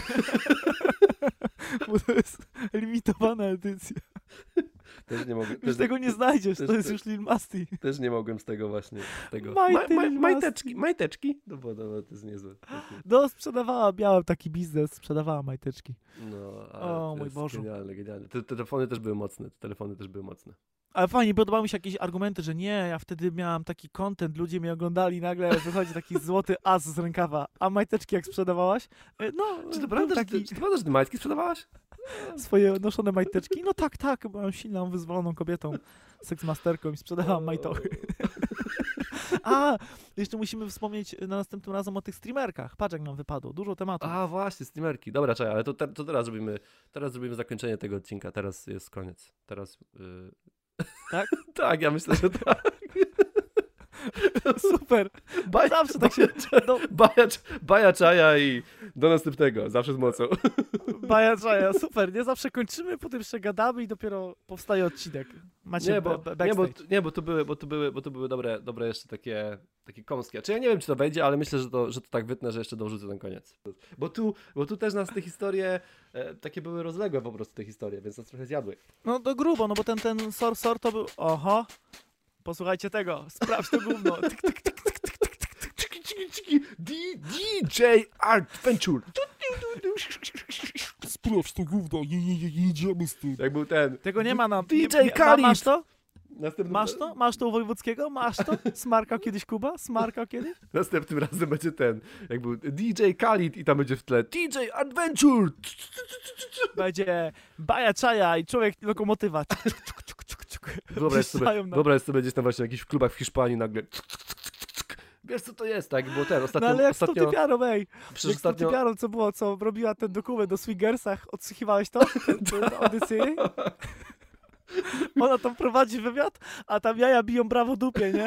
Bo to jest limitowana edycja. Też nie mogę. Już Też, tego nie znajdziesz, też- to jest też- już Lil Masti. też nie mogłem z tego właśnie. Z tego. Majty, Ma, ma, Lil majteczki, Masti. majteczki. No bo no, to jest niezłe. To jest niezłe. No, sprzedawała, miałem taki biznes, sprzedawała majteczki. No, ale O, to mój jest Boże. genialne, genialne. Te, te telefony też były mocne. Te telefony też były mocne. Ale fajnie, podobały mi się jakieś argumenty, że nie, ja wtedy miałam taki content, ludzie mnie oglądali, nagle wychodzi taki złoty as z rękawa. A majteczki jak sprzedawałaś? E, No, Czy to był prawda, że taki ty, czy to prawda, że ty majtki sprzedawałaś? swoje noszone majteczki? No tak, tak, byłam silną, wyzwoloną kobietą, seksmasterką i sprzedawałam majtochy. A, jeszcze musimy wspomnieć na następnym razem o tych streamerkach. Patrz jak nam wypadło, dużo tematów. A właśnie, streamerki. Dobra, czekaj, ale to, te, to teraz zrobimy teraz zrobimy zakończenie tego odcinka. Teraz jest koniec. Teraz... Yy... Tak? tak, ja myślę, że tak. Super, Baja, zawsze tak się... No, baja, baja czaja i Do następnego, zawsze z mocą. Baja czaja, super, nie? Zawsze kończymy, potem jeszcze gadamy i dopiero powstaje odcinek. Macie Nie, bo, b- nie, bo, backstage. nie, bo to były, bo to były, bo to były dobre, dobre jeszcze takie, takie kąskie. Czy ja nie wiem, czy to wejdzie, ale myślę, że to, że to tak wytnę, że jeszcze dorzucę ten koniec. Bo tu, bo tu też nas te historie, e, takie były rozległe po prostu te historie, więc nas trochę zjadły. No to grubo, no bo ten, ten sor, sor to był... Oho, posłuchajcie tego, sprawdź to gówno. Tyk, tyk, tyk, tyk, tyk, tyk, tyk. Ciki, ciki, ciki, D J Adventure. Sprawdź to gówno, je, je, je, jedziemy z tym. Jak był ten. Tego nie ma na... D J nie- nie- Khalid. Masz to? Następnym, Masz to? Masz to u Wojewódzkiego? Masz to? Smarkał kiedyś Kuba? Smarkał kiedyś? Następnym razem będzie ten. Jak był D J Khalid i tam będzie w tle D J Adventure. Będzie baja czaja i człowiek lokomotywa. Wyobraź sobie, Wjeżdżają na- wyobraź sobie gdzieś tam właśnie w jakichś klubach w Hiszpanii nagle. Wiesz co to jest, tak? Było ten. No Ostatnio, ale jak z tą ostatnio, typiarą, ej. przecież Jak z tą ostatnio, typiarą, co było, co robiła ten dokument o swingersach, odsłuchiwałeś to? Ten, ten audycję jej? Ona tam prowadzi wywiad, a tam jaja biją brawo dupie, nie?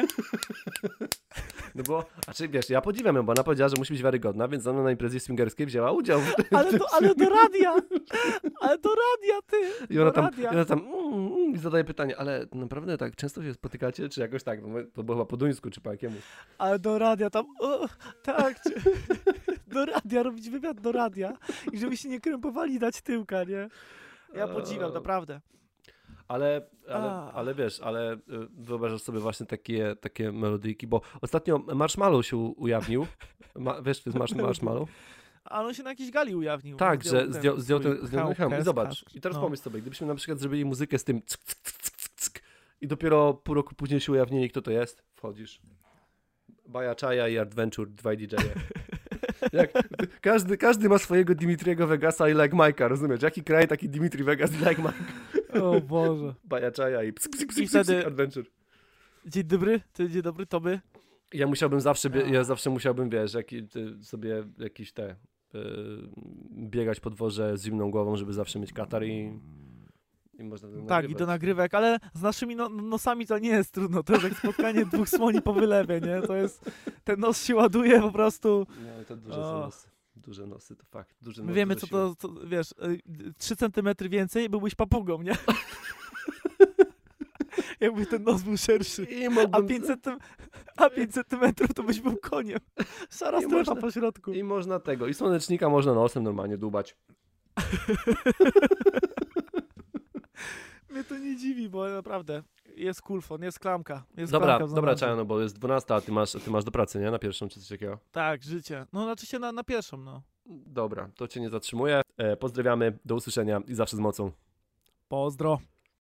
no bo, a czy wiesz, ja podziwiam ją, bo ona powiedziała, że musi być wiarygodna, więc ona na imprezie swingerskiej wzięła udział. W tym, Ale do, ale do radia! Ale do radia, ty! I Do ona tam, radia. i ona tam mm, mm, i zadaje pytanie, ale naprawdę tak często się spotykacie, czy jakoś tak, no, to było chyba po duńsku, czy po jakiemu. Ale do radia tam, o, tak, czy, do radia, robić wywiad do radia i żeby się nie krępowali dać tyłka, nie? Ja podziwiam, naprawdę. Ale, ale, A. ale wiesz, ale y, wyobrażasz sobie właśnie takie, takie melodyjki, bo ostatnio Marshmallow się u- ujawnił. Ma, wiesz, to jest marsz, Marshmallow? A on się na jakiejś gali ujawnił. Tak, Zdjął że zdjął, zdjął ten, zdjął ten hełm. I hełm, zobacz, kask. i teraz No. pomyśl sobie, gdybyśmy na przykład zrobili muzykę z tym cyk, cyk, cyk, cyk, cyk, cyk, i dopiero pół roku później się ujawnili, kto to jest, wchodzisz. Baja Czaja i Adventure, dwaj D J. Jak, każdy, każdy ma swojego Dimitriego Vegasa i Like Mike'a, rozumiesz? Jaki kraj, taki Dimitri Vegas i Like Mike. O Boże. Baja Czaja i psyk, psyk, psyk, I psyk, wtedy- psyk, Adventure. Dzień dobry, ty, dzień dobry, to by. Ja musiałbym zawsze, bie- A. ja zawsze musiałbym, wiesz, jaki, ty, sobie jakieś te, y, biegać po dworze z zimną głową, żeby zawsze mieć katar i, i można to Tak, i nagrywać. do nagrywek, ale z naszymi no, nosami to nie jest trudno. To jest jak spotkanie dwóch słoni po wylewie, nie? To jest, ten nos się ładuje po prostu. No, ale to duże są O. nosy. Duże nosy, to fakt. Duże My nosy wiemy, to co siła. to, to, wiesz, trzy centymetry więcej, byłbyś papugą, nie? Jakby ten nos był szerszy. I A mógłbym, pięć, centym... A pięć centymetrów to byś był koniem. Szara I strefa można- po środku. I można tego, i słonecznika można nosem normalnie dłubać. Mnie to nie dziwi, bo naprawdę jest kulfon, jest klamka. Jest Dobra, klamka w dobra, zanadrzu. Czajano, bo jest dwunasta, a ty masz, ty masz do pracy, nie? Na pierwszą czy coś takiego. Tak, życie. No znaczy się na, na pierwszą, no. Dobra, to cię nie zatrzymuję. E, pozdrawiamy, do usłyszenia i zawsze z mocą. Pozdro.